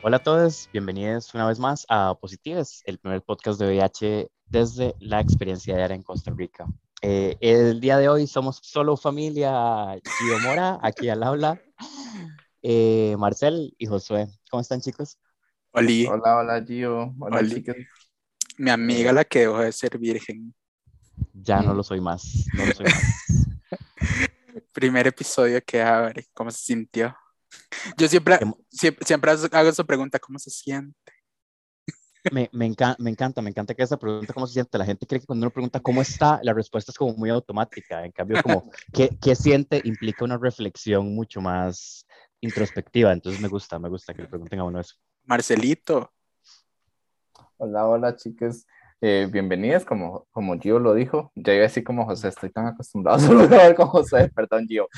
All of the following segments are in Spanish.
Hola a todos, bienvenidos una vez más a Positives, el primer podcast de VIH desde la experiencia diaria en Costa Rica. El día de hoy somos solo familia Gio Mora, aquí al habla, Marcel y Josué. ¿Cómo están, chicos? Oli, Hola, hola Gio, hola Oli, chicas. mi amiga Eh, la que dejó de ser virgen. Ya no mm, lo soy más, no lo soy más. Primer episodio que abre, ¿cómo se sintió? Yo siempre, Qué siempre hago esa pregunta, ¿cómo se siente? Me encanta que esa pregunta, ¿cómo se siente? La gente cree que cuando uno pregunta cómo está, la respuesta es como muy automática. En cambio, como, ¿qué siente? Implica una reflexión mucho más introspectiva. Entonces me gusta que le pregunten a uno eso. Marcelito, Hola, hola chicas. Bienvenidas, como Gio lo dijo. Ya iba a decir como José, estoy tan acostumbrado a solo grabar con José, perdón Gio.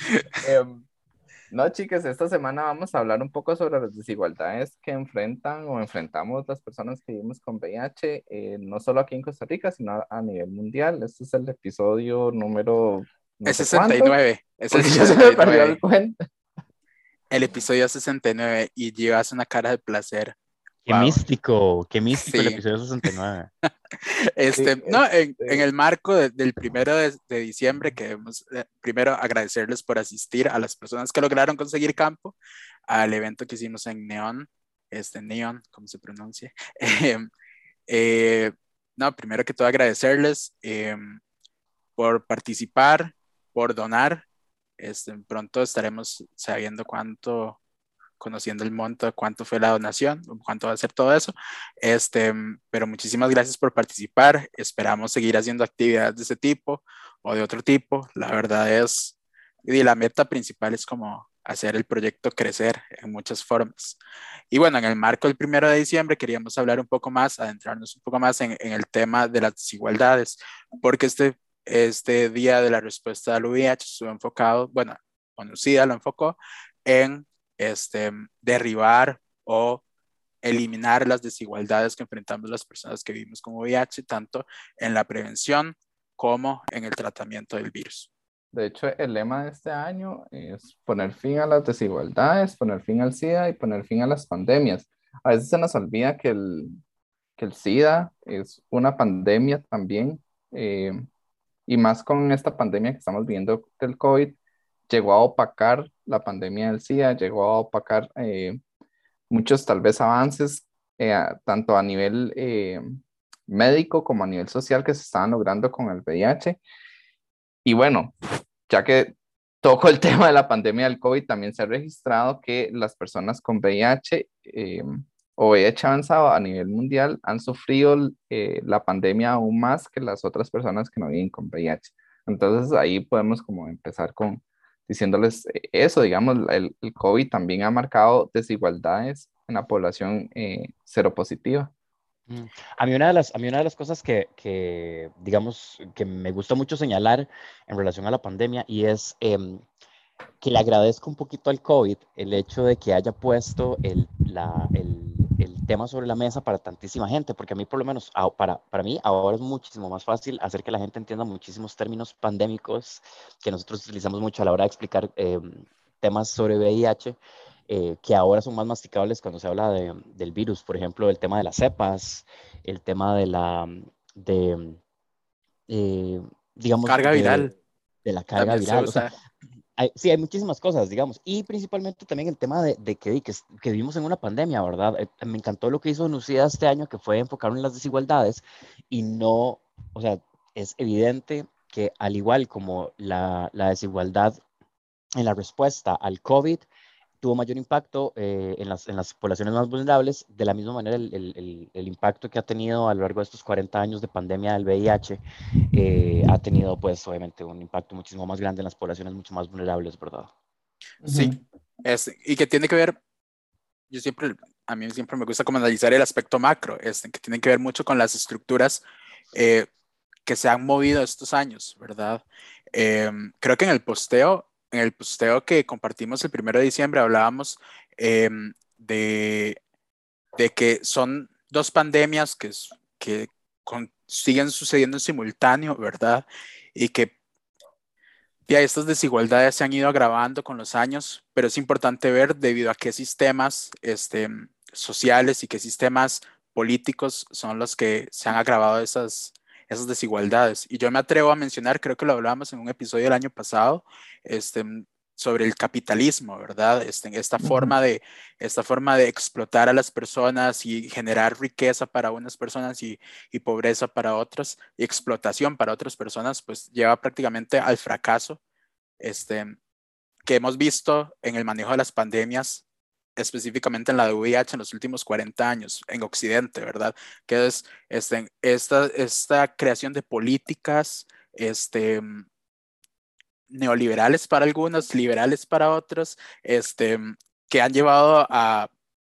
No, chicas, esta semana vamos a hablar un poco sobre las desigualdades que enfrentan o enfrentamos las personas que vivimos con VIH, no solo aquí en Costa Rica, sino a nivel mundial. Este es el episodio número no es sé sesenta y cuánto, nueve, es el porque ya se me perdió el 69, cuento. el episodio 69 y llevas una cara de placer. Wow, Qué místico el sí. episodio 69. Sí, No, en el marco del primero de diciembre, queremos primero agradecerles por asistir a las personas que lograron conseguir campo al evento que hicimos en Neon, Neon, ¿cómo se pronuncia? Em, eh, no, primero que todo agradecerles por participar, por donar. Pronto estaremos sabiendo conociendo el monto de cuánto fue la donación, cuánto va a ser todo eso. Pero muchísimas gracias por participar. Esperamos seguir haciendo actividades de ese tipo o de otro tipo. La verdad es, y la meta principal es como hacer el proyecto crecer en muchas formas. Y bueno, en el marco del 1 de diciembre queríamos hablar un poco más, adentrarnos un poco más en el tema de las desigualdades, porque este día de la respuesta al VIH estuvo enfocado, bueno, conocida lo enfocó en derribar o eliminar las desigualdades que enfrentamos las personas que vivimos con VIH, tanto en la prevención como en el tratamiento del virus. de hecho, el lema de este año es poner fin a las desigualdades, poner fin al SIDA y poner fin a las pandemias. A veces se nos olvida que el SIDA es una pandemia también, eh, y más con esta pandemia que estamos viendo del COVID, llegó a opacar la pandemia del SIDA, llegó a opacar muchos tal vez avances, tanto a nivel médico como a nivel social que se estaban logrando con el VIH. Y bueno, ya que toco el tema de la pandemia del COVID, también se ha registrado que las personas con VIH o VIH avanzado a nivel mundial han sufrido la pandemia aún más que las otras personas que no viven con VIH. Entonces ahí podemos como empezar con diciéndoles eso, digamos, el COVID también ha marcado desigualdades en la población seropositiva. Mm. A mí una de las cosas digamos, que me gusta mucho señalar en relación a la pandemia y es que le agradezco un poquito al COVID el hecho de que haya puesto el tema sobre la mesa para tantísima gente, porque a mí por lo menos, para mí ahora es muchísimo más fácil hacer que la gente entienda muchísimos términos pandémicos que nosotros utilizamos mucho a la hora de explicar temas sobre VIH, que ahora son más masticables cuando se habla del virus, por ejemplo, el tema de las cepas, el tema de eh, digamos, Carga viral de la carga también se viral. O sea, usa. sí, hay muchísimas cosas, digamos, y principalmente también el tema de que vivimos en una pandemia, ¿verdad? Me encantó lo que hizo Nucía este año, que fue enfocar en las desigualdades y no, o sea, es evidente que al igual como la desigualdad en la respuesta al COVID tuvo mayor impacto en las poblaciones más vulnerables, de la misma manera el impacto que ha tenido a lo largo de estos 40 años de pandemia del VIH ha tenido pues obviamente un impacto muchísimo más grande en las poblaciones mucho más vulnerables, ¿verdad? Sí, Ujú. y que tiene que ver, yo siempre, a mí siempre me gusta como analizar el aspecto macro, que tiene que ver mucho con las estructuras eh, que se han movido estos años, ¿verdad? Creo que en el posteo que compartimos el 1 de diciembre hablábamos eh, de, de que son dos pandemias que siguen sucediendo en simultáneo, ¿verdad? Y que ya estas desigualdades se han ido agravando con los años, pero es importante ver debido a qué sistemas sociales y qué sistemas políticos son los que se han agravado esas desigualdades. Y yo me atrevo a mencionar, creo que lo hablábamos en un episodio del año pasado, sobre el capitalismo, ¿verdad? Esta forma de explotar a las personas y generar riqueza para unas personas y pobreza para otras, y explotación para otras personas, pues lleva prácticamente al fracaso, que hemos visto en el manejo de las pandemias, específicamente en la de VIH en los últimos 40 años, en Occidente, ¿verdad? Que es esta creación de políticas, neoliberales para algunos, liberales para otros, que han llevado a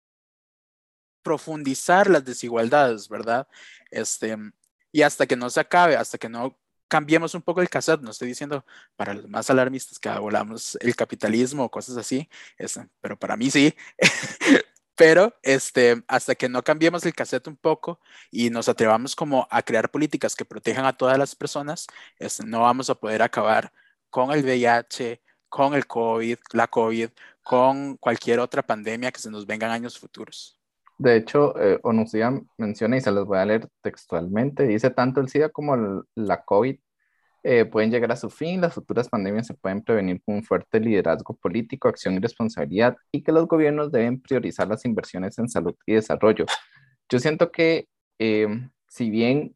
profundizar las desigualdades, ¿verdad? Este, y hasta que no se acabe, hasta que no cambiemos un poco el cassette, no estoy diciendo para los más alarmistas que abolamos el capitalismo o cosas así, pero para mí sí, pero hasta que no cambiemos el cassette un poco y nos atrevamos como a crear políticas que protejan a todas las personas, no vamos a poder acabar con el VIH, con el COVID, la COVID, con cualquier otra pandemia que se nos venga en años futuros. De hecho, Onusia menciona, y se los voy a leer textualmente, dice: tanto el SIDA como la COVID pueden llegar a su fin, las futuras pandemias se pueden prevenir con un fuerte liderazgo político, acción y responsabilidad, y que los gobiernos deben priorizar las inversiones en salud y desarrollo. Yo siento que si bien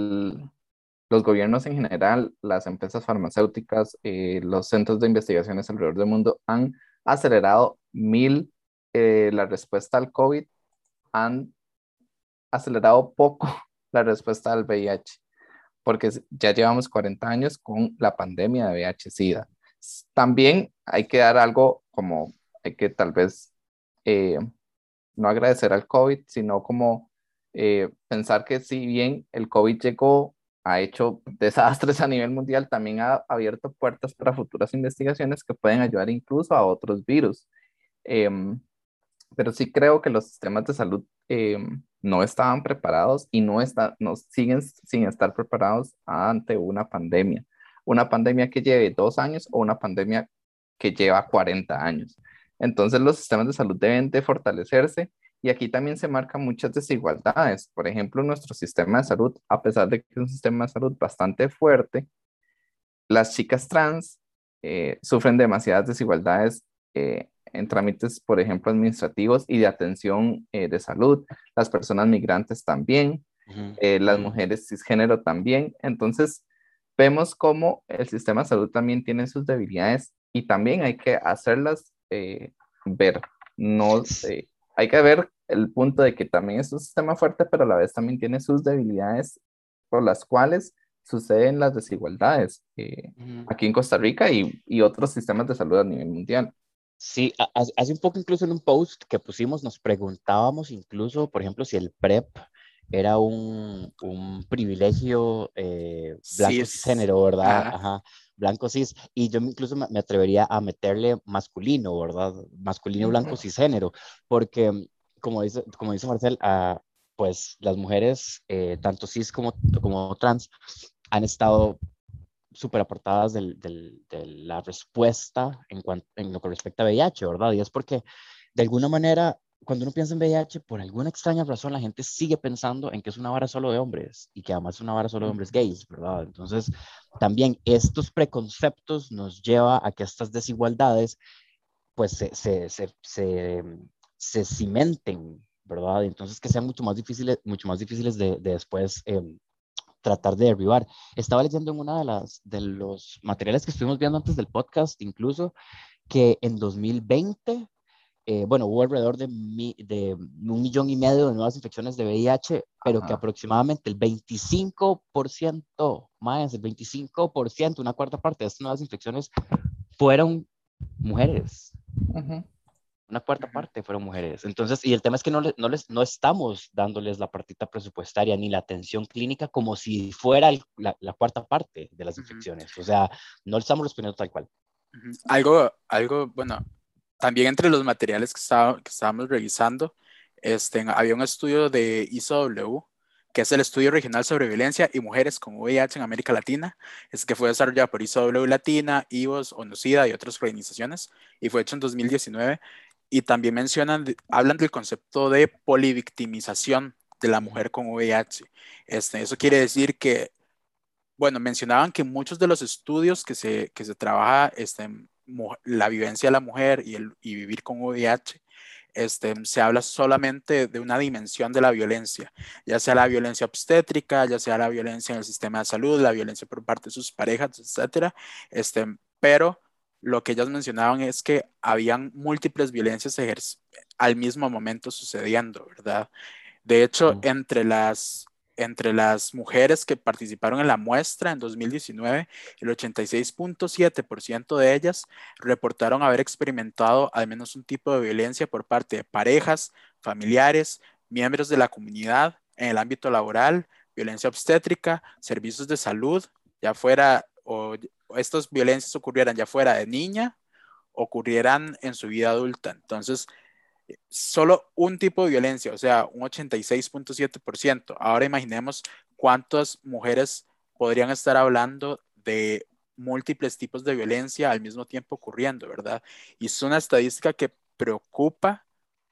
los gobiernos en general, las empresas farmacéuticas, los centros de investigaciones alrededor del mundo han acelerado la respuesta al COVID, han acelerado poco la respuesta al VIH, porque ya llevamos 40 años con la pandemia de VIH-Sida. También hay que dar algo como, hay que tal vez no agradecer al COVID, sino como pensar que si bien el COVID llegó, ha hecho desastres a nivel mundial, también ha abierto puertas para futuras investigaciones que pueden ayudar incluso a otros virus. Pero sí creo que los sistemas de salud no estaban preparados y no siguen sin estar preparados ante una pandemia que lleve 2 años o una pandemia que lleva 40 años. Entonces los sistemas de salud deben de fortalecerse, y aquí también se marcan muchas desigualdades. Por ejemplo, nuestro sistema de salud, a pesar de que es un sistema de salud bastante fuerte, las chicas trans sufren demasiadas desigualdades en trámites, por ejemplo, administrativos y de atención de salud. Las personas migrantes también, las mujeres cisgénero también. Entonces, vemos cómo el sistema de salud también tiene sus debilidades y también hay que hacerlas ver. No, hay que ver el punto de que también es un sistema fuerte, pero a la vez también tiene sus debilidades por las cuales suceden las desigualdades aquí en Costa Rica y otros sistemas de salud a nivel mundial. Sí, hace un poco incluso en un post que pusimos nos preguntábamos incluso, por ejemplo, si el PrEP era un privilegio blanco Cis. cisgénero, ¿verdad? Ajá. Ajá, blanco cis. Y yo incluso me atrevería a meterle masculino, ¿verdad? Masculino blanco cisgénero, porque como dice Marcel, pues las mujeres, tanto cis como trans, han estado súper apartadas de la respuesta en lo que respecta a VIH, ¿verdad? Y es porque, de alguna manera, cuando uno piensa en VIH, por alguna extraña razón, la gente sigue pensando en que es una vara solo de hombres y que además es una vara solo de hombres gays, ¿verdad? Entonces, también estos preconceptos nos lleva a que estas desigualdades, pues, se cimenten, ¿verdad? Entonces, que sean mucho más difíciles de después tratar de derribar. Estaba leyendo en una de los materiales que estuvimos viendo antes del podcast, incluso, que en 2020, bueno, hubo alrededor de 1,5 millones de nuevas infecciones de VIH, pero que aproximadamente el 25%, más el 25%, una cuarta parte de estas nuevas infecciones fueron mujeres. Una cuarta parte fueron mujeres. Entonces, y el tema es que no estamos dándoles la partita presupuestaria ni la atención clínica como si fuera la cuarta parte de las infecciones. O sea, no le estamos respondiendo tal cual. Algo, bueno, también entre los materiales que estábamos revisando, había un estudio de ISW, que es el Estudio Regional sobre Violencia y Mujeres con VIH en América Latina, que fue desarrollado por ISW Latina, IVOS, ONUCIDA y otras organizaciones, y fue hecho en 2019, y también hablan del concepto de polivictimización de la mujer con VIH. Eso quiere decir que, bueno, mencionaban que muchos de los estudios que se trabaja la vivencia de la mujer y vivir con VIH, se habla solamente de una dimensión de la violencia, ya sea la violencia obstétrica, ya sea la violencia en el sistema de salud, la violencia por parte de sus parejas, etcétera. Pero lo que ellas mencionaban es que habían múltiples violencias al mismo momento sucediendo, ¿verdad? De hecho, Mm. entre las mujeres que participaron en la muestra en 2019, el 86.7% de ellas reportaron haber experimentado al menos un tipo de violencia por parte de parejas, familiares, miembros de la comunidad, en el ámbito laboral, violencia obstétrica, servicios de salud, ya fuera o estas violencias ocurrieran ya fuera de niña, ocurrieran en su vida adulta. Entonces, solo un tipo de violencia, o sea, un 86.7%. Ahora imaginemos cuántas mujeres podrían estar hablando de múltiples tipos de violencia al mismo tiempo ocurriendo, ¿verdad? Y es una estadística que preocupa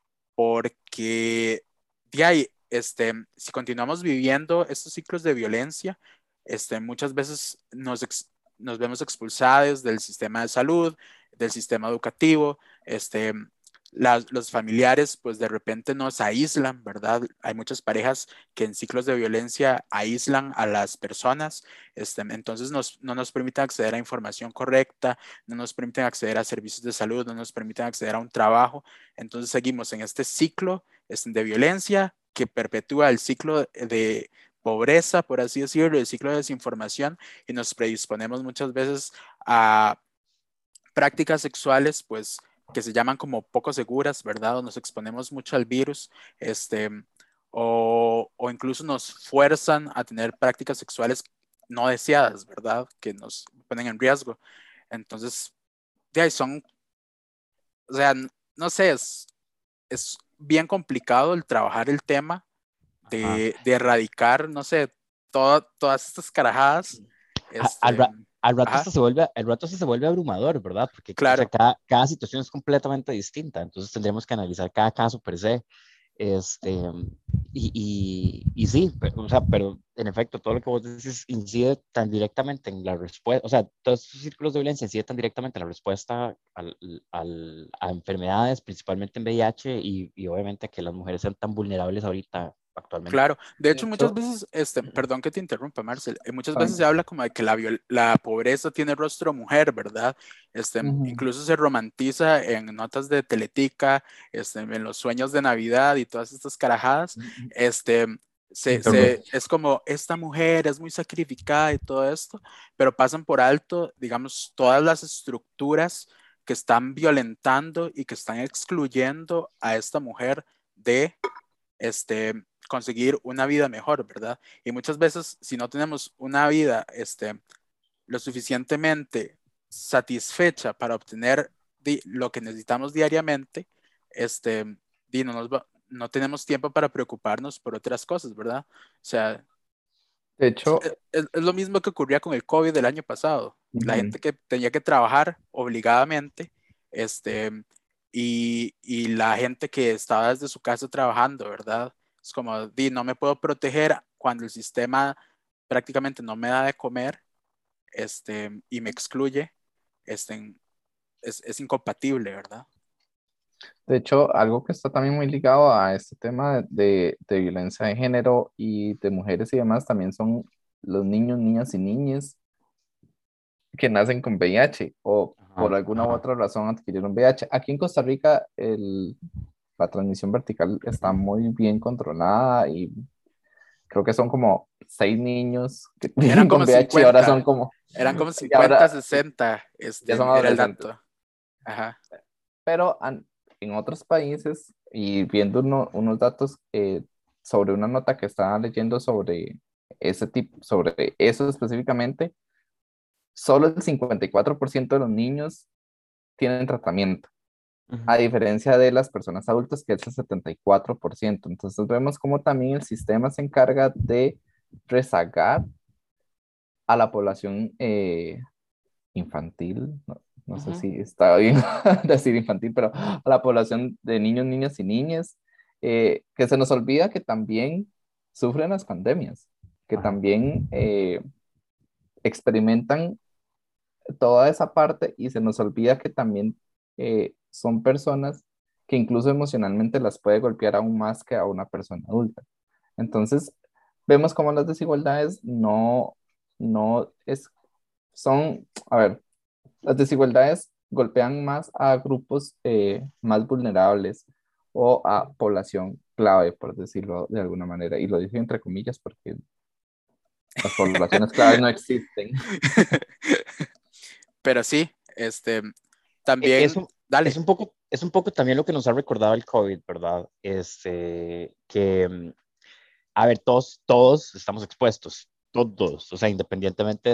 porque de ahí, si continuamos viviendo estos ciclos de violencia, muchas veces nos vemos expulsados del sistema de salud, del sistema educativo, los familiares pues de repente nos aíslan, ¿verdad? Hay muchas parejas que en ciclos de violencia aíslan a las personas, entonces no nos permiten acceder a información correcta, no nos permiten acceder a servicios de salud, no nos permiten acceder a un trabajo. Entonces seguimos en este ciclo de violencia que perpetúa el ciclo de pobreza, por así decirlo, el ciclo de desinformación, y nos predisponemos muchas veces a prácticas sexuales, pues, que se llaman como poco seguras, ¿verdad? O nos exponemos mucho al virus, o incluso nos fuerzan a tener prácticas sexuales no deseadas, ¿verdad? Que nos ponen en riesgo. Entonces, de ahí o sea, no sé, es bien complicado el trabajar el tema Ajá. de erradicar, no sé, todas estas carajadas. A- Al, Este, ra- al rato ajá, al rato se vuelve abrumador, ¿verdad? Porque, o sea, claro, cada situación es completamente distinta, entonces tendremos que analizar cada caso per se. Este, y sí, o sea, pero en efecto, todo lo que vos decís incide tan directamente en la respuesta, o sea, todos estos círculos de violencia inciden tan directamente en la respuesta a enfermedades, principalmente en VIH, y obviamente que las mujeres sean tan vulnerables ahorita, actualmente. claro. De De hecho, muchas hecho, veces, perdón que te interrumpa, Marcel, muchas veces se tranqui. habla como de que la pobreza tiene rostro mujer, ¿verdad? Ujú. Incluso se romantiza en notas de Teletica, en los sueños de Navidad y todas estas carajadas, este, Perdón. es como esta mujer es muy sacrificada y todo esto, pero pasan por alto, digamos, todas las estructuras que están violentando y que están excluyendo a esta mujer de este, conseguir una vida mejor, ¿verdad? Y muchas veces, si no tenemos una vida lo suficientemente satisfecha para obtener lo que necesitamos diariamente, no tenemos tiempo para preocuparnos por otras cosas, ¿verdad? O sea, De hecho, es lo mismo que ocurría con el COVID del año pasado. La ujú. gente que tenía que trabajar obligadamente, este, y la gente que estaba desde su casa trabajando, ¿verdad? Es como, no me puedo proteger cuando el sistema prácticamente no me da de comer, y me excluye, este, es incompatible, ¿verdad? De hecho, algo que está también muy ligado a este tema de violencia de género y de mujeres y demás, también son los niños, niñas y niñas que nacen con VIH o por Ajá, alguna u otra razón adquirieron VIH. Aquí en Costa Rica la transmisión vertical está muy bien controlada y creo que son como 6 niños que Eran viven con como VIH y ahora son 50, como, eran como y 50, ahora 60, ya son era el adolescentes. dato. Ajá. Pero en otros países, y viendo unos datos sobre una nota que estaba leyendo sobre ese tipo, sobre eso específicamente, solo el 54% de los niños tienen tratamiento, ujú. a diferencia de las personas adultas, que es el 74%. Entonces vemos cómo también el sistema se encarga de rezagar a la población infantil, ¿no? no sé Ujú. si está bien decir infantil, pero a la población de niños, niñas y niñas, que se nos olvida que también sufren las pandemias, que Ajá. también experimentan toda esa parte y se nos olvida que también son personas que incluso emocionalmente las puede golpear aún más que a una persona adulta. Entonces, vemos como las desigualdades no es, son, a ver, las desigualdades golpean más a grupos más vulnerables o a población clave, por decirlo de alguna manera. Y lo dije entre comillas porque las poblaciones claves no existen. Pero sí, E- también, Es un, dale. es un poco también lo que nos ha recordado el COVID, ¿verdad? Que, a ver, todos estamos expuestos, todos, o sea, independientemente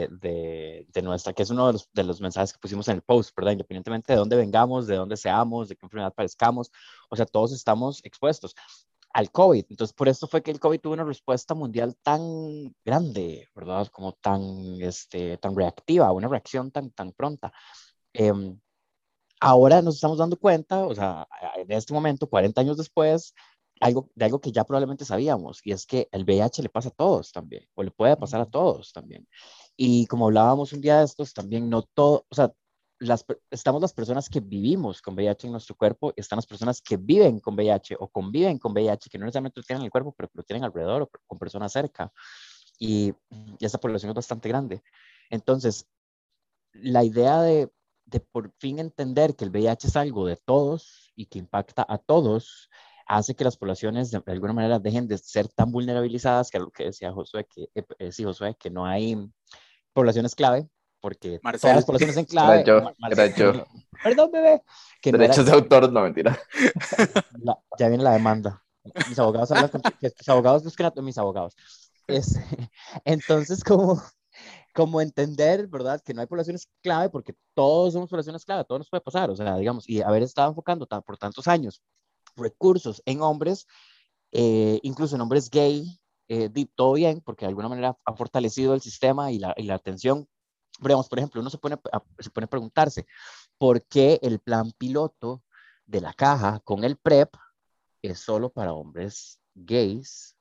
de nuestra, que es uno de los mensajes que pusimos en el post, ¿verdad? Independientemente de dónde vengamos, de dónde seamos, de qué enfermedad padezcamos, o sea, todos estamos expuestos al COVID. Entonces, por eso fue que el COVID tuvo una respuesta mundial tan grande, ¿verdad? Como tan reactiva, una reacción tan pronta. Em, Ahora nos estamos dando cuenta, o sea, en este momento, 40 años después, de algo que ya probablemente sabíamos, y es que el VIH le pasa a todos también, o le puede pasar a todos también. Y como hablábamos un día de estos, también no todo, o sea, estamos las personas que vivimos con VIH en nuestro cuerpo, y están las personas que viven con VIH o conviven con VIH, que no necesariamente lo tienen en el cuerpo, pero que lo tienen alrededor o con personas cerca. Y esa población es bastante grande. Entonces, la idea de por fin entender que el VIH es algo de todos y que impacta a todos, hace que las poblaciones de alguna manera dejen de ser tan vulnerabilizadas, que es lo que decía Josué, sí, Josué, que no hay poblaciones clave, porque todas las Marcel. poblaciones en Era clave, yo, era yo. perdón, bebé, que no era, Derechos de autor, no mentira. ya viene la demanda. Mis abogados hablan con que tus abogados busquen a mis abogados. Es, entonces, como entender, ¿verdad? Que no hay poblaciones clave porque todos somos poblaciones clave, todo nos puede pasar, o sea, digamos, y haber estado enfocando por tantos años recursos en hombres, incluso en hombres gay, todo bien, porque de alguna manera ha fortalecido el sistema y la atención. Pero, digamos, por ejemplo, uno se pone a preguntarse por qué el plan piloto de la caja con el PrEP es solo para hombres gays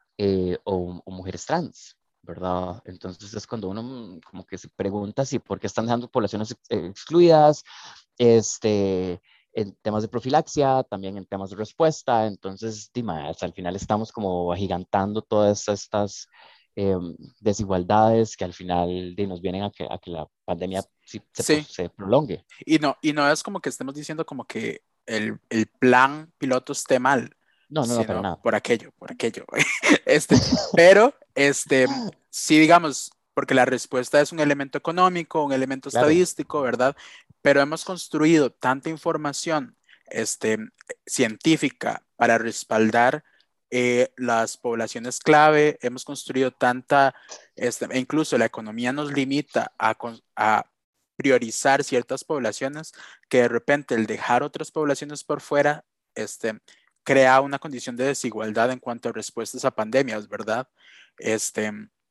o mujeres trans, ¿verdad? Entonces es cuando uno como que se pregunta si por qué están dejando poblaciones excluidas, este, en temas de profilaxia, también en temas de respuesta. Entonces, al final estamos como agigantando todas estas eh, desigualdades que al final nos vienen a que la pandemia sí Sí, se prolongue. y no es como que estemos diciendo como que el plan piloto esté mal, No, no, no, para sino nada. por aquello. Este, pero, sí, digamos, porque la respuesta es un elemento económico, un elemento Claro. estadístico, ¿verdad? Pero hemos construido tanta información, este, científica para respaldar las poblaciones clave, hemos construido tanta, e incluso la economía nos limita a priorizar ciertas poblaciones, que de repente el dejar otras poblaciones por fuera, crea una condición de desigualdad en cuanto a respuestas a pandemias, ¿verdad? Este,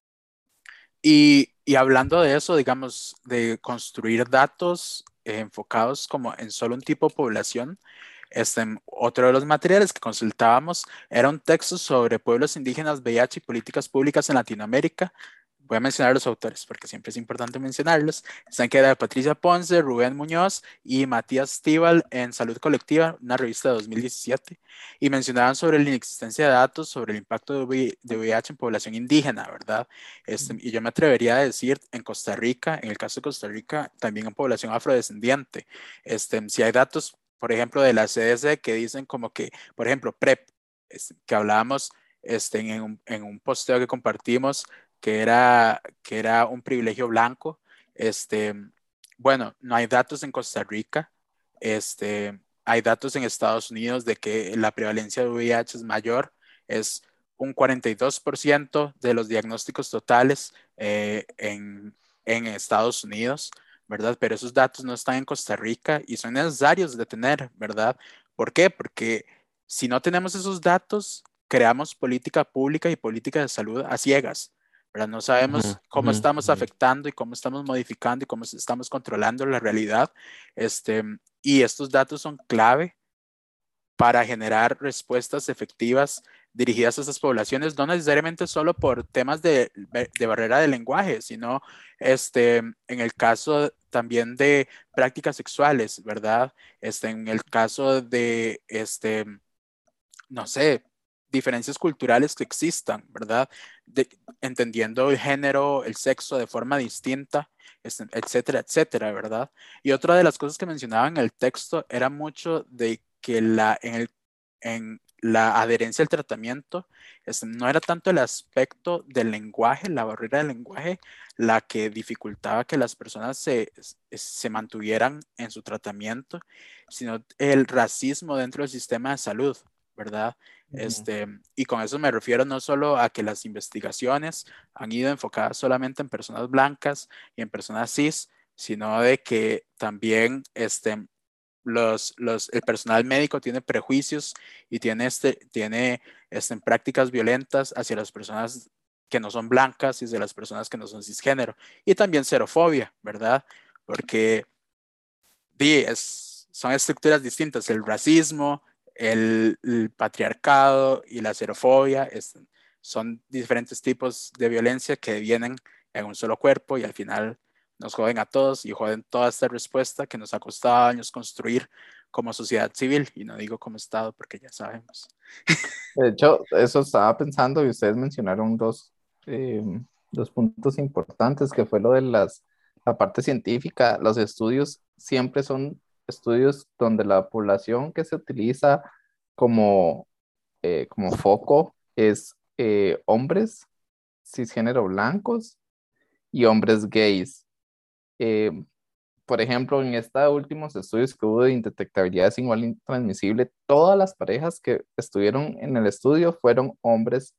y hablando de eso, digamos, de construir datos enfocados como en solo un tipo de población, otro de los materiales que consultábamos era un texto sobre pueblos indígenas, VIH y políticas públicas en Latinoamérica. Voy a mencionar los autores porque siempre es importante mencionarlos. Están que era de Patricia Ponce, Rubén Muñoz y Matías Tíbal en Salud Colectiva, una revista de 2017, y mencionaban sobre la inexistencia de datos sobre el impacto de VIH en población indígena, ¿verdad? Y yo me atrevería a decir en Costa Rica, en el caso de Costa Rica, también en población afrodescendiente. Si hay datos, por ejemplo, de la CDC que dicen como que, por ejemplo, PrEP, que hablábamos en un posteo que compartimos, que era un privilegio blanco. Este, bueno, no hay datos en Costa Rica. Hay datos en Estados Unidos de que la prevalencia de VIH es mayor, es un 42% de los diagnósticos totales en Estados Unidos, ¿verdad? Pero esos datos no están en Costa Rica y son necesarios de tener, ¿verdad? ¿Por qué? Porque si no tenemos esos datos, creamos política pública y política de salud a ciegas, ¿verdad? No sabemos Ujú, cómo ujú, estamos ujú. afectando y cómo estamos modificando y cómo estamos controlando la realidad. Y estos datos son clave para generar respuestas efectivas dirigidas a esas poblaciones, no necesariamente solo por temas de barrera de lenguaje, sino en el caso también de prácticas sexuales, ¿verdad? En el caso de, no sé, diferencias culturales que existan, ¿verdad? Entendiendo el género, el sexo de forma distinta, etcétera, etcétera, ¿verdad? Y otra de las cosas que mencionaba en el texto era mucho de que en la adherencia al tratamiento, no era tanto el aspecto del lenguaje, la barrera del lenguaje, la que dificultaba que las personas se mantuvieran en su tratamiento, sino el racismo dentro del sistema de salud, ¿verdad? Ujú. Y con eso me refiero no solo a que las investigaciones han ido enfocadas solamente en personas blancas y en personas cis, sino de que también el personal médico tiene prejuicios y tiene prácticas violentas hacia las personas que no son blancas y hacia las personas que no son cisgénero. Y también xerofobia, ¿verdad? Porque son estructuras distintas. El racismo, el patriarcado y la xerofobia son diferentes tipos de violencia que vienen en un solo cuerpo y al final nos joden a todos y joden toda esta respuesta que nos ha costado años construir como sociedad civil, y no digo como Estado porque ya sabemos. De hecho, eso estaba pensando y ustedes mencionaron eh, dos puntos importantes, que fue lo de la parte científica. Los estudios siempre son estudios donde la población que se utiliza como, como foco es hombres cisgénero blancos y hombres gays. Eh, por ejemplo, en estos últimos estudios que hubo de indetectabilidad desigual intransmisible, todas las parejas que estuvieron en el estudio fueron hombres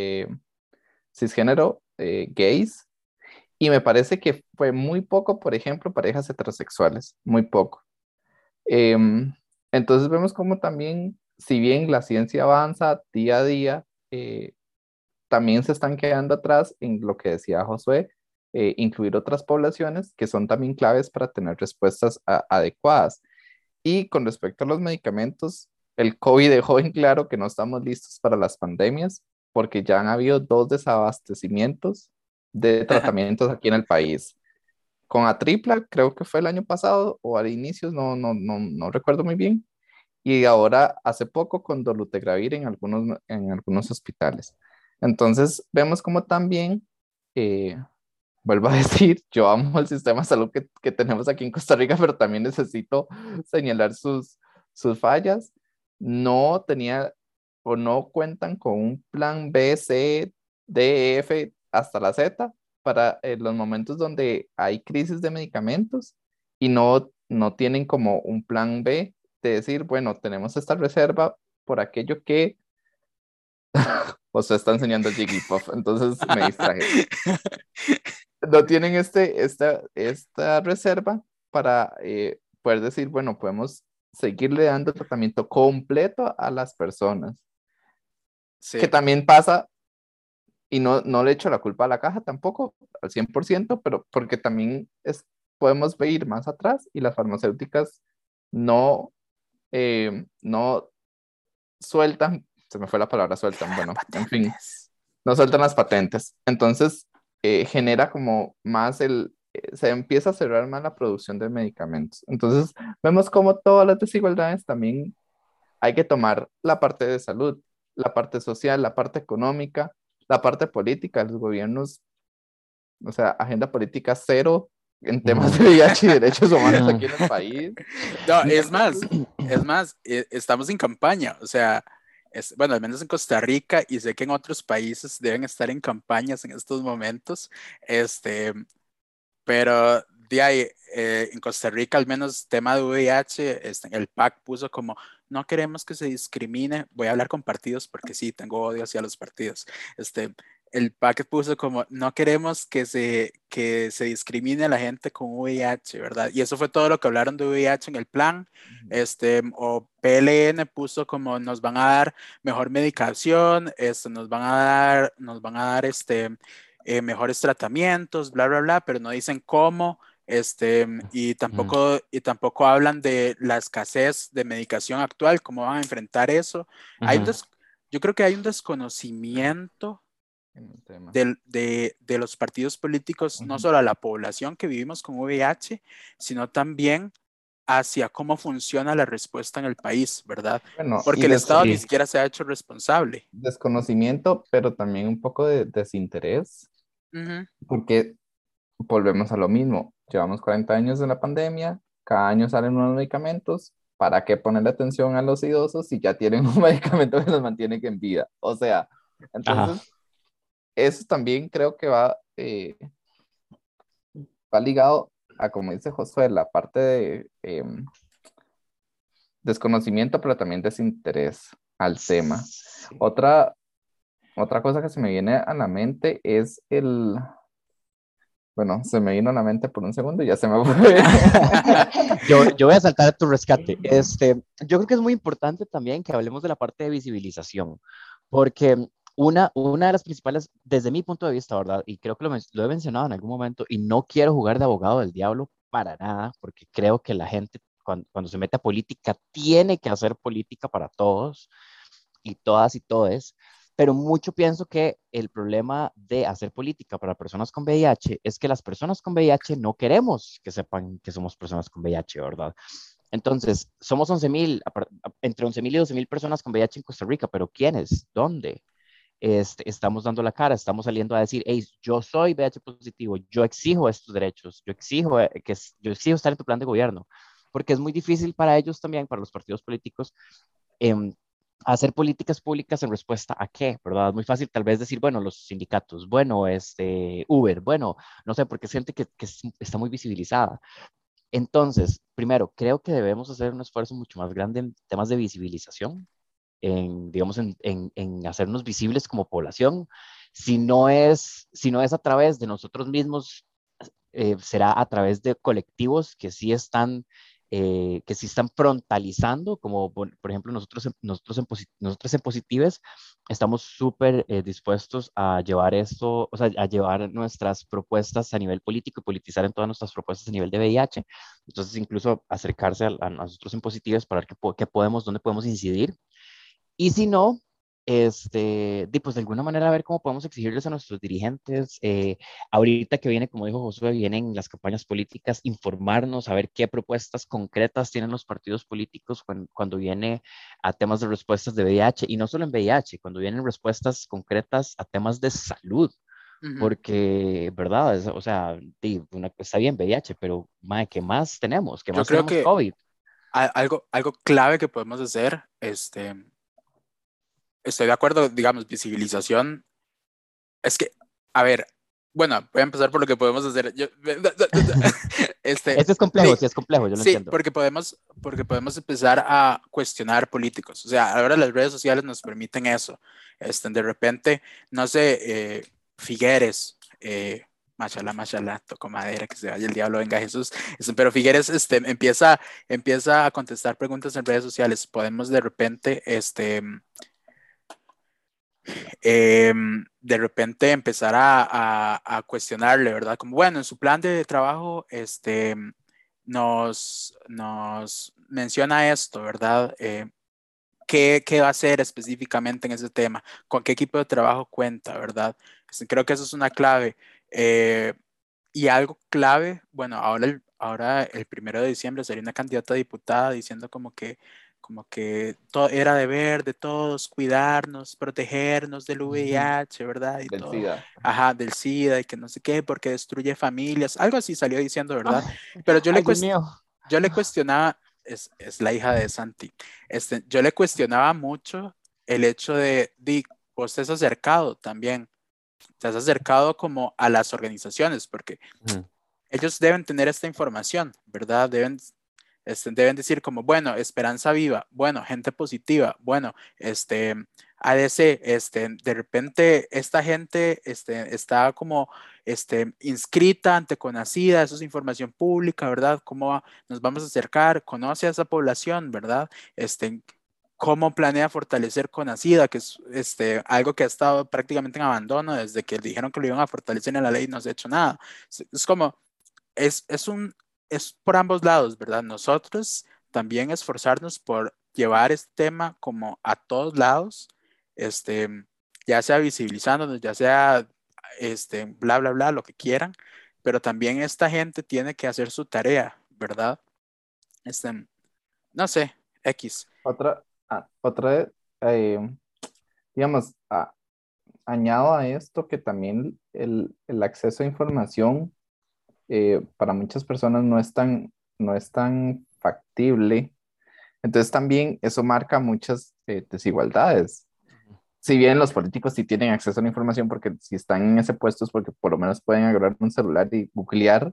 cisgénero gays, y me parece que fue muy poco, por ejemplo, parejas heterosexuales, muy poco. Em, entonces vemos como también, si bien la ciencia avanza día a día, también se están quedando atrás en lo que decía Josué, incluir otras poblaciones que son también claves para tener respuestas adecuadas. Y con respecto a los medicamentos, el COVID dejó en claro que no estamos listos para las pandemias porque ya han habido dos desabastecimientos de tratamientos aquí en el país. Con Atripla, creo que fue el año pasado o al inicio, no recuerdo muy bien. Y ahora hace poco con dolutegravir en algunos hospitales. Entonces vemos como también, eh, vuelvo a decir, yo amo el sistema de salud que tenemos aquí en Costa Rica, pero también necesito señalar sus fallas. No tenía o no cuentan con un plan B, C, D, E, F hasta la Z para los momentos donde hay crisis de medicamentos, y no tienen como un plan B de decir, bueno, tenemos esta reserva por aquello que o se está enseñando el Jigglypuff, entonces me distraje. No tienen esta reserva para poder decir, bueno, podemos seguirle dando tratamiento completo a las personas. Que Sí, también pasa, y no le echo la culpa a la caja tampoco, al 100%, pero porque también podemos ir más atrás y las farmacéuticas no sueltan, se me fue la palabra sueltan, liberar bueno, en fin, patentes. no sueltan las patentes. Entonces, genera como más se empieza a cerrar más la producción de medicamentos. Entonces, vemos como todas las desigualdades también hay que tomar la parte de salud, la parte social, la parte económica, la parte política. Los gobiernos, o sea, agenda política cero en temas Ujú, de VIH y derechos humanos ujú. aquí en el país. No, Entonces, es más, estamos en campaña, o sea, bueno, al menos en Costa Rica y sé que en otros países deben estar en campañas en estos momentos, este, pero de ahí, en Costa Rica, al menos tema de VIH, el PAC puso como, no queremos que se discrimine, voy a hablar con partidos porque sí, tengo odio hacia los partidos, el PAC puso como, no queremos que se discrimine a la gente con VIH, ¿verdad? Y eso fue todo lo que hablaron de VIH en el plan, o PLN puso como, nos van a dar mejor medicación, nos van a dar mejores tratamientos, bla, bla, bla, pero no dicen cómo, y tampoco hablan de la escasez de medicación actual, cómo van a enfrentar eso. Yo creo que hay un desconocimiento de los partidos políticos, no solo a la población que vivimos con VIH, sino también hacia cómo funciona la respuesta en el país, ¿verdad? Bueno, Porque el Estado ni siquiera se ha hecho responsable. Desconocimiento, pero también un poco de desinterés, porque volvemos a lo mismo. Llevamos 40 años de la pandemia, cada año salen nuevos medicamentos. ¿Para qué ponerle atención a los idosos si ya tienen un medicamento que los mantiene en vida? O sea, entonces, eso también creo que va ligado a, como dice Josué, la parte de desconocimiento, pero también desinterés al tema. Sí. Otra cosa que se me viene a la mente es bueno, se me vino a la mente por un segundo y ya se me fue. Yo voy a saltar a tu rescate. Yo creo que es muy importante también que hablemos de la parte de visibilización, porque una de las principales, desde mi punto de vista, ¿verdad? Y creo que lo he mencionado en algún momento, y no quiero jugar de abogado del diablo para nada, porque creo que la gente cuando se mete a política tiene que hacer política para todos y todas y todes, pero mucho pienso que el problema de hacer política para personas con VIH es que las personas con VIH no queremos que sepan que somos personas con VIH, ¿verdad? Entonces, somos 11,000, entre 11,000 y 12,000 personas con VIH en Costa Rica, pero ¿quiénes? ¿Dónde? Estamos dando la cara, estamos saliendo a decir, hey, yo soy VIH positivo, yo exijo estos derechos, yo exijo estar en tu plan de gobierno, porque es muy difícil para ellos también, para los partidos políticos, eh, hacer políticas públicas en respuesta a qué, ¿verdad? Es muy fácil tal vez decir, bueno, los sindicatos, bueno, Uber, bueno, no sé, porque es gente que está muy visibilizada. Entonces, primero, creo que debemos hacer un esfuerzo mucho más grande en temas de visibilización, digamos, en hacernos visibles como población. Si no es a través de nosotros mismos, será a través de colectivos que sí están frontalizando, como por ejemplo nosotros en Positives estamos súper dispuestos a llevar esto, o sea, a llevar nuestras propuestas a nivel político y politizar en todas nuestras propuestas a nivel de VIH. Entonces, incluso acercarse a nosotros en Positives para ver qué podemos, dónde podemos incidir. Y si no, pues de alguna manera a ver cómo podemos exigirles a nuestros dirigentes. Ahorita que viene, como dijo Josué, vienen las campañas políticas, informarnos, a ver qué propuestas concretas tienen los partidos políticos cuando viene a temas de respuestas de VIH, y no solo en VIH, cuando vienen respuestas concretas a temas de salud. Porque, ¿verdad? O sea, está bien VIH, pero, mae, ¿qué más tenemos? ¿Qué Yo más creo tenemos que COVID? algo clave que podemos hacer, estoy de acuerdo, digamos, visibilización. Es que, a ver, bueno, voy a empezar por lo que podemos hacer. Este es complejo, Sí, sí es complejo, yo lo sí, entiendo. porque podemos empezar a cuestionar políticos. O sea, ahora las redes sociales nos permiten eso. De repente, no sé, Figueres, mashallah, toco madera, que se vaya el diablo, venga Jesús. Pero Figueres empieza a contestar preguntas en redes sociales. Podemos de repente empezar a cuestionarle, ¿verdad? Como, bueno, en su plan de trabajo, nos menciona esto, ¿verdad? ¿Qué va a hacer específicamente en ese tema? ¿Con qué equipo de trabajo cuenta, verdad? Creo que eso es una clave. Y algo clave, bueno, ahora el 1 de diciembre salió una candidata a diputada diciendo como que todo era deber de todos cuidarnos, protegernos del VIH, ¿verdad? Y Del todo, SIDA. ajá, del SIDA y que no sé qué, porque destruye familias, algo así salió diciendo, ¿verdad? Ay, Pero yo le, ay, Dios cuest- mío. yo le cuestionaba, es la hija de Santi, yo le cuestionaba mucho el hecho vos te has acercado también, te has acercado como a las organizaciones, porque Ujú. ellos deben tener esta información, ¿verdad? Deben decir como, bueno, esperanza viva, bueno, gente positiva, bueno, ADC, de repente esta gente está como inscrita ante Conacida, eso es información pública, ¿verdad? ¿Cómo nos vamos a acercar? Conoce a esa población, ¿verdad? cómo planea fortalecer CONACYDA, que es algo que ha estado prácticamente en abandono desde que dijeron que lo iban a fortalecer en la ley y no se ha hecho nada. Es como, es por ambos lados, ¿verdad? Nosotros también esforzarnos por llevar este tema como a todos lados, ya sea visibilizándonos, ya sea bla, bla, bla, lo que quieran, pero también esta gente tiene que hacer su tarea, ¿verdad? No sé, X. Otra, digamos, añado a esto que también el acceso a información para muchas personas no es tan factible. Entonces también eso marca muchas desigualdades. Si bien los políticos sí tienen acceso a la información porque si están en ese puesto es porque por lo menos pueden agarrar un celular y googlear,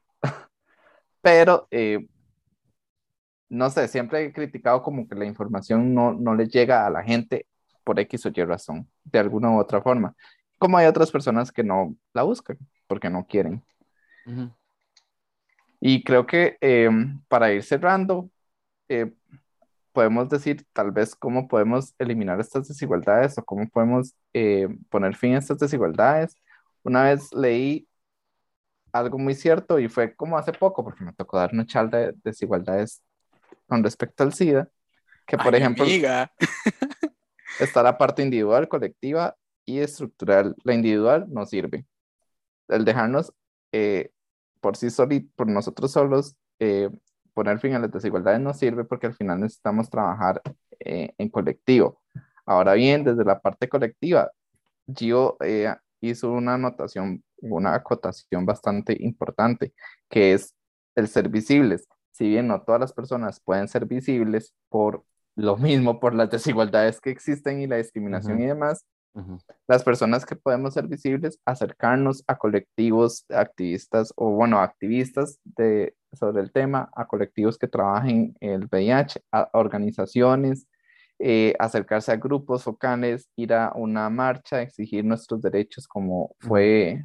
pero no sé, siempre he criticado como que la información no le llega a la gente por X o Y razón, de alguna u otra forma. Como hay otras personas que no la buscan porque no quieren. Ujú. Y creo que para ir cerrando, eh, podemos decir tal vez cómo podemos eliminar estas desigualdades o cómo podemos poner fin a estas desigualdades. Una vez leí algo muy cierto y fue como hace poco, porque me tocó dar una charla de desigualdades con respecto al SIDA, que Ay, por mi ejemplo amiga. está la parte individual, colectiva y estructural. La individual no sirve. El dejarnos eh, por sí solitos, por nosotros solos, poner fin a las desigualdades no sirve porque al final necesitamos trabajar en colectivo. Ahora bien, desde la parte colectiva, Gio hizo una anotación, una acotación bastante importante, que es el ser visibles. Si bien no todas las personas pueden ser visibles por lo mismo, por las desigualdades que existen y la discriminación y Ujú, demás, ujú, las personas que podemos ser visibles, acercarnos a colectivos activistas o, bueno, activistas sobre el tema, a colectivos que trabajen el VIH, a organizaciones, acercarse a grupos focales, ir a una marcha, exigir nuestros derechos como ujú. fue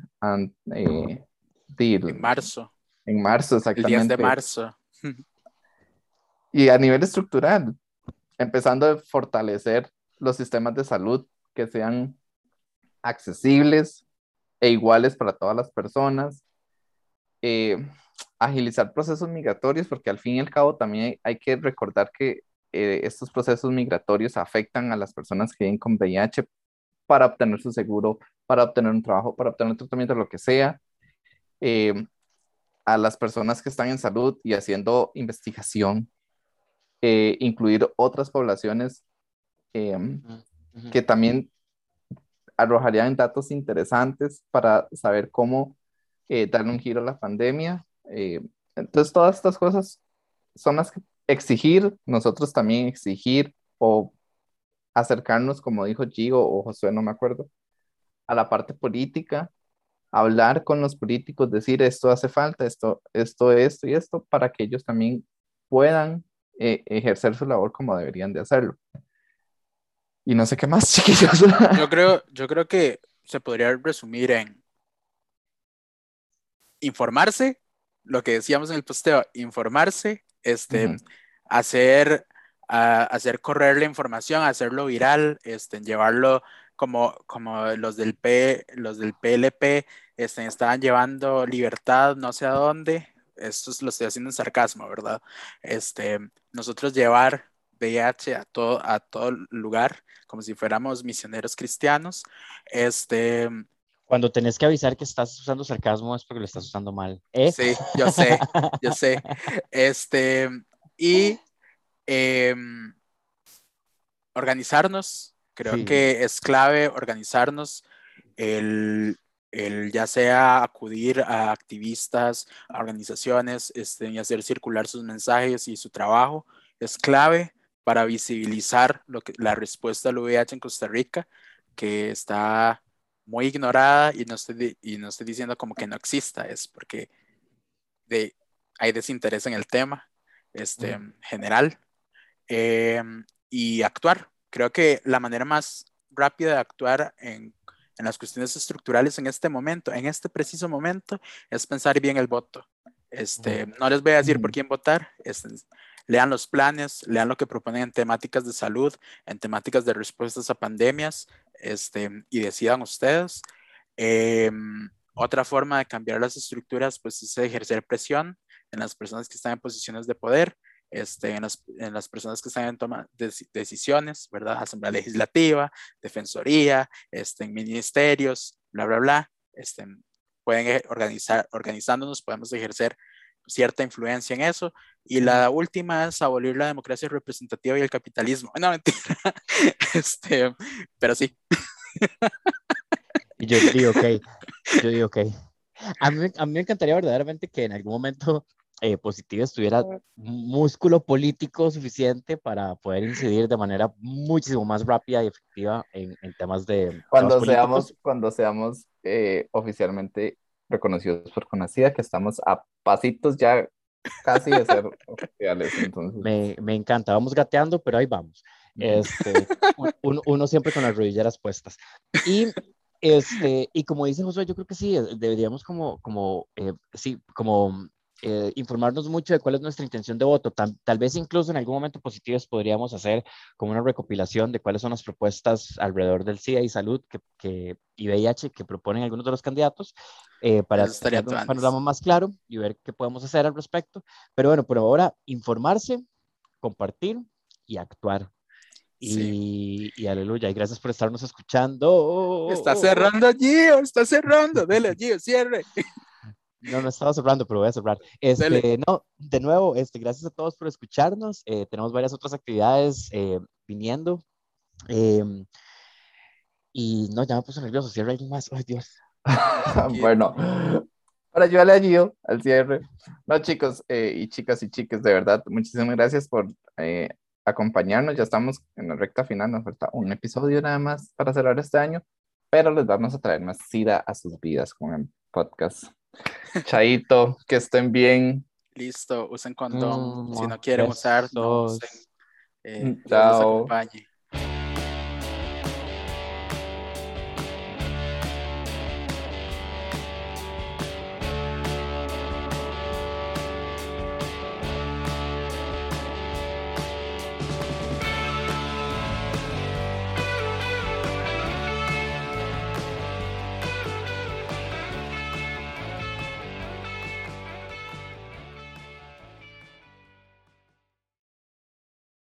En marzo, en marzo el 10 de exactamente. marzo. Y a nivel estructural, empezando a fortalecer los sistemas de salud que sean accesibles e iguales para todas las personas, eh, agilizar procesos migratorios, porque al fin y al cabo también hay que recordar que estos procesos migratorios afectan a las personas que viven con VIH para obtener su seguro, para obtener un trabajo, para obtener un tratamiento, lo que sea, eh, a las personas que están en salud y haciendo investigación, incluir otras poblaciones eh, Ujú, ujú. que también arrojarían datos interesantes para saber cómo darle un giro a la pandemia. Entonces, todas estas cosas son las que exigir, nosotros también exigir o acercarnos, como dijo Gio o Josué, no me acuerdo, a la parte política, hablar con los políticos, decir esto hace falta, esto y esto, para que ellos también puedan ejercer su labor como deberían de hacerlo. Y no sé qué más, chiquillos. Yo creo que se podría resumir en informarse, lo que decíamos en el posteo, informarse, Ujú, hacer, hacer correr la información, hacerlo viral, llevarlo como los del PLP, estaban llevando libertad no sé a dónde, esto lo estoy haciendo en sarcasmo, ¿verdad? Nosotros llevar VIH a todo lugar, como si fuéramos misioneros cristianos, Cuando tenés que avisar que estás usando sarcasmo es porque lo estás usando mal. ¿Eh? sí, yo sé. Y em, organizarnos, creo Sí. que es clave organizarnos, el, el ya sea acudir a activistas, a organizaciones, y hacer circular sus mensajes y su trabajo, es clave para visibilizar la respuesta al VIH en Costa Rica, que está muy ignorada y no estoy diciendo como que no exista, es porque de, hay desinterés en el tema Ujú, general, eh, y actuar. Creo que la manera más rápida de actuar en las cuestiones estructurales en este momento, en este preciso momento, es pensar bien el voto. ujú, No les voy a decir por ujú. quién votar, lean los planes, lean lo que proponen en temáticas de salud, en temáticas de respuestas a pandemias, y decidan ustedes. Otra forma de cambiar las estructuras, pues, es ejercer presión en las personas que están en posiciones de poder, en las personas que están en toma de decisiones, ¿verdad? Asamblea Legislativa, Defensoría, en ministerios, bla, bla, bla. Pueden organizándonos, podemos ejercer cierta influencia en eso. Y la última es abolir la democracia representativa y el capitalismo. No, mentira. Pero sí. Y yo digo, ok. A mí me encantaría verdaderamente que en algún momento Positivas tuviera músculo político suficiente para poder incidir de manera muchísimo más rápida y efectiva en temas políticos. Cuando seamos oficialmente reconocidos por Conacida, que estamos a pasitos ya casi de ser oficiales, entonces. Me encanta, vamos gateando, pero ahí vamos. Uno siempre con las rodilleras puestas. Y como dice Josué, yo creo que sí, deberíamos informarnos mucho de cuál es nuestra intención de voto. Tal vez incluso en algún momento Positivos podríamos hacer como una recopilación de cuáles son las propuestas alrededor del SIDA y salud y VIH que proponen algunos de los candidatos para tener un panorama más claro y ver qué podemos hacer al respecto. Pero bueno, por ahora, informarse, compartir y actuar. Sí. Y aleluya, y gracias por estarnos escuchando. Está cerrando Gio, está cerrando. Dele, Gio, cierre. No estaba cerrando, pero voy a cerrar. No, de nuevo, gracias a todos por escucharnos. Tenemos varias otras actividades viniendo. Y no, ya me puse nervioso. Cierra alguien más. Ay, Dios. Bueno, para ayudarle a Gio al cierre. No, chicos y chicas y chiques, de verdad, muchísimas gracias por acompañarnos. Ya estamos en la recta final, nos falta un episodio nada más para cerrar este año, pero les vamos a traer más SIDA a sus vidas con el podcast. Chaito, que estén bien. Listo, usen condón. Si no quieren usar, no usen. Dios los Chao. acompañe.